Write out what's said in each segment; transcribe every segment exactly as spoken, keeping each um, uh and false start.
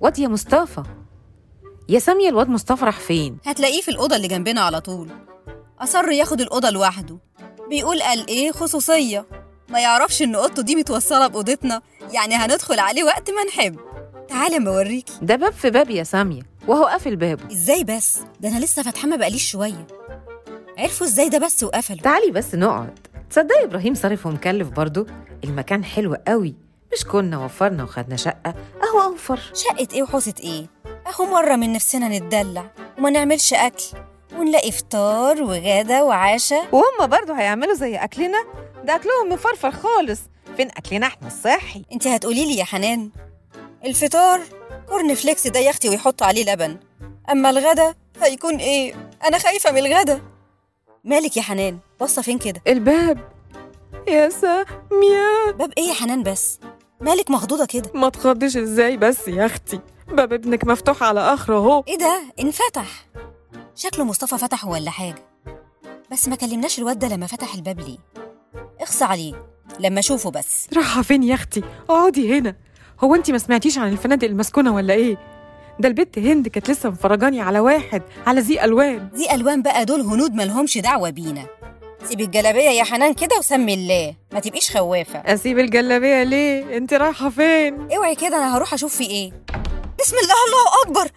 واد يا مصطفى، يا سامية الواد مصطفى راح فين؟ هتلاقيه في الأوضة اللي جنبنا على طول. أصر ياخد الأوضة لوحده، بيقول قال إيه خصوصية، ما يعرفش إن أوضته دي متوصلة بأوضتنا، يعني هندخل عليه وقت ما نحب. تعالى ما اوريكي. ده باب في باب يا سامية، وهو قافل بابه. إزاي بس؟ ده أنا لسه فاتحة ما بقاليش شوية. عرفوا إزاي ده بس وقفلوا؟ تعالي بس نقعد. تصدقي إبراهيم صارف ومكلف برضو، المكان حلو قوي، مش كنا وفرنا وخدنا شقة أهو أوفر. شقة إيه وحوسة إيه؟ أهو مرة من نفسنا نتدلع وما نعملش أكل ونلاقي فطار وغدا وعشاء، وهم برضو هيعملوا زي أكلنا؟ ده أكلهم مفرفر خالص، فين أكلنا إحنا الصحي؟ أنت هتقولي لي يا حنان الفطار كورن فليكس ده يا أختي ويحطوا عليه لبن، أما الغدا هيكون إيه؟ أنا خايفة من الغدا. مالك يا حنان؟ بصة فين كده؟ الباب يا سامية. باب إيه يا حنان بس؟ مالك مخضوضة كده؟ ما تخضش إزاي بس يا أختي، باب ابنك مفتوح على آخره أهو. إيه ده؟ انفتح. شكله مصطفى فتحه ولا حاجة، بس ما كلمناش الواد ده لما فتح الباب ليه؟ اخص عليه لما أشوفه بس. راحة فين يا أختي؟ اقعدي هنا. هو أنتي ما سمعتيش عن الفنادق المسكونة ولا إيه؟ ده البت هند كانت لسه مفرجاني على واحد على زي ألوان. زي ألوان بقى دول هنود مالهمش دعوة بينا. سيبي الجلابية يا حنان كده وسمي الله، ما تبقيش خوافة. أسيب الجلابية ليه؟ أنت رايحة فين؟ اوعي كده، أنا هروح أشوف في إيه. بسم الله الله أكبر.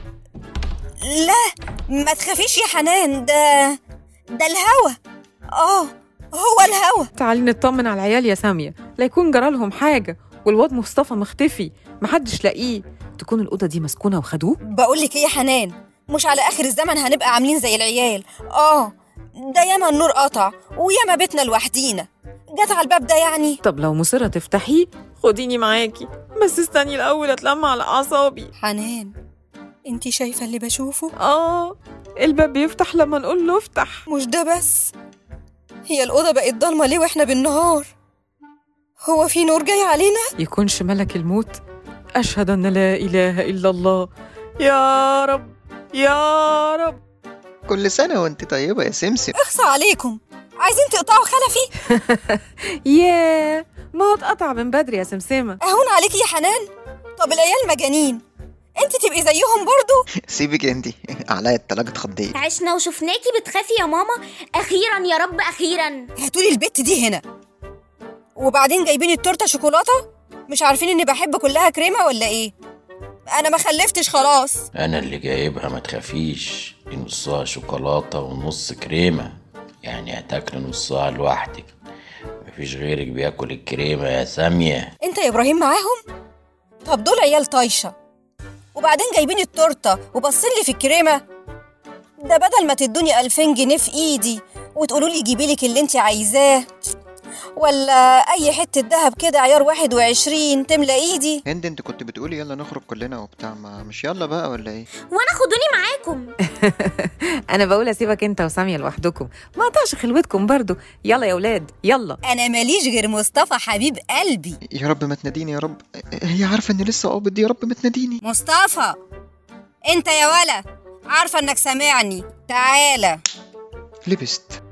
لا ما تخافيش يا حنان، ده ده الهوا. آه هو الهوا. تعالي نطمن على العيال يا سامية، لا يكون جرالهم حاجة، والواد مصطفى مختفي محدش لاقيه، تكون الأوضة دي مسكونة وخدوه. بقولك إيه يا حنان، مش على آخر الزمن هنبقى عاملين زي العيال. آه ده ياما النور قطع وياما بيتنا لوحدينا، جت على الباب ده يعني. طب لو مصرة تفتحيه خديني معاكي، بس استني الأول أتلم على أعصابي. حنان انتي شايفة اللي بشوفه؟ آه الباب بيفتح لما نقول له افتح. مش ده بس، هي الأوضة بقت ضلمة ليه وإحنا بالنهار؟ هو في نور جاي علينا؟ يكونش ملك الموت؟ أشهد أن لا إله إلا الله. يا رب يا رب. كل سنة وانت طيبة يا سمسم. اخصى عليكم، عايزين تقطعوا خلفي؟ ياه ما هو اتقطع من بدري يا سمسمة. أهون عليكي يا حنان. طب العيال مجانين، انت تبقي زيهم برضو؟ سيبك انتي عليا التلاجة اتخضيت. عشنا وشفناكي بتخافي يا ماما، أخيرا يا رب أخيرا. هاتولي البت دي هنا. وبعدين جايبين التورتة شوكولاتة؟ مش عارفين اني بحب كلها كريمة ولا ايه؟ انا ما خلفتش خلاص. انا اللي جايبها ما تخافيش، دي نصها شوكولاتة ونص كريمة، يعني هتاكل نصها لوحدك، مفيش غيرك بياكل الكريمة يا سامية. انت يا ابراهيم معاهم؟ طب دول عيال طايشة، وبعدين جايبين التورتة وبصلي في الكريمة. ده بدل ما تدوني ألفين جنيه في ايدي وتقولولي جيبيلك اللي انت عايزاه، ولا اي حتة دهب كده عيار واحد وعشرين تملى ايدي. هند انت كنت بتقولي يلا نخرج كلنا وبتاع، ما مش يلا بقى ولا ايه؟ وانا خدوني معاكم. أنا بقول أسيبك أنت وسامية لوحدكم، ما قطعش خلوتكم برضو. يلا يا ولاد يلا. انا ماليش غير مصطفى حبيب قلبي. يا رب ما تناديني يا رب، هي عارفة اني لسه قابض دي، يا رب ما تناديني. مصطفى انت يا ولا، عارفة انك سامعني، تعالى. لبست.